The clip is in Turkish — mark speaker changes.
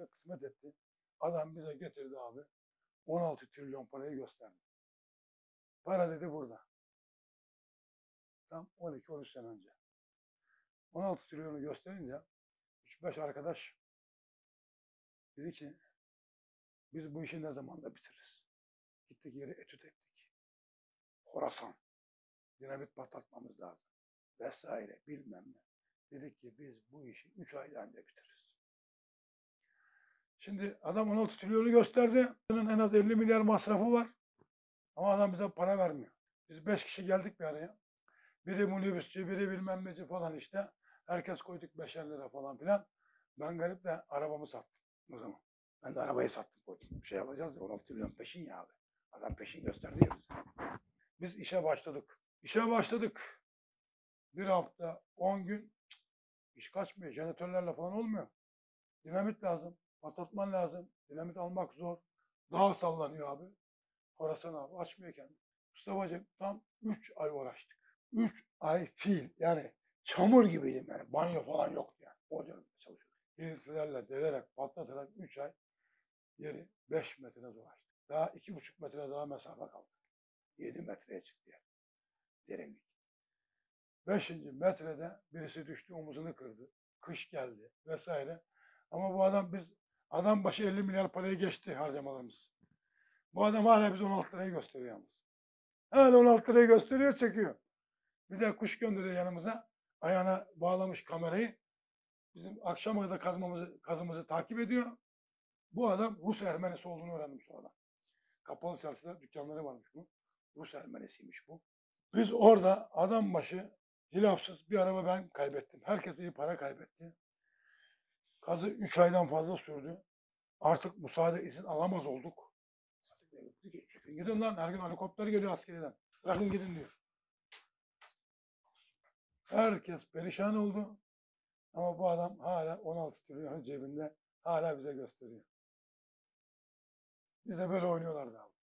Speaker 1: bize kısmet etti. Adam bize getirdi abi. 16 trilyon parayı gösterdi. Para dedi burada. Tam 12-13 sene önce. 16 trilyonu gösterince 3-5 arkadaş dedi ki biz bu işi ne zaman da bitiririz. Gittik yeri etüt ettik. Horasan. Dinamit patlatmamız lazım. Vesaire bilmem ne. Dedik ki biz bu işi 3 ayda önce bitiririz. Şimdi adam 16 trilyonu gösterdi. Bunun en az 50 milyar masrafı var. Ama adam bize para vermiyor. Biz 5 kişi geldik bir araya. Biri minibüsçü, biri bilmem neci falan işte. Herkes koyduk 5'er lira falan filan. Ben garip de arabamı sattım o zaman. Ben de arabayı sattım koydum. Bir şey alacağız ya 16 trilyon peşin ya abi. Adam peşin gösterdi ya bize. Biz işe başladık. İşe başladık. Bir hafta, 10 gün iş kaçmıyor. Jeneratörlerle falan olmuyor. Dinamit lazım. Patlatman lazım. Dinamit almak zor. Dağ sallanıyor abi. Horasan abi açmıyor kendini. Mustafa'cığım tam 3 ay uğraştık. 3 ay fiil yani çamur gibiydim yani. Banyo falan yoktu yani. O dönemde çalışıyorduk. Hilsilerle delerek patlatarak 3 ay yeri 5 metre dolaştık. Daha 2,5 metre daha mesafe kaldı. 7 metreye çıktı yani. Derinlik. 5. metrede birisi düştü omuzunu kırdı. Kış geldi vesaire. Ama bu adam adam başı 50 milyar parayı geçti harcamalarımız. Bu adam hala bize 16 lirayı gösteriyor yalnız. Hala 16 lirayı gösteriyor çekiyor. Bir de kuş gönderiyor yanımıza. Ayağına bağlamış kamerayı. Bizim akşama kadar kazımızı takip ediyor. Bu adam Rus Ermenisi olduğunu öğrendim sonradan. Kapalı çarşıda dükkanları varmış bunun. Rus Ermenisiymiş bu. Biz orada adam başı hilafsız bir araba ben kaybettim. Herkes iyi para kaybetti. Kazı 3 aydan fazla sürdü. Artık müsaade izin alamaz olduk. Gidin lan her gün helikopter geliyor askeriden. Bırakın gidin diyor. Herkes perişan oldu. Ama bu adam hala 16 trilyon cebinde hala bize gösteriyor. Bize böyle oynuyorlardı abi.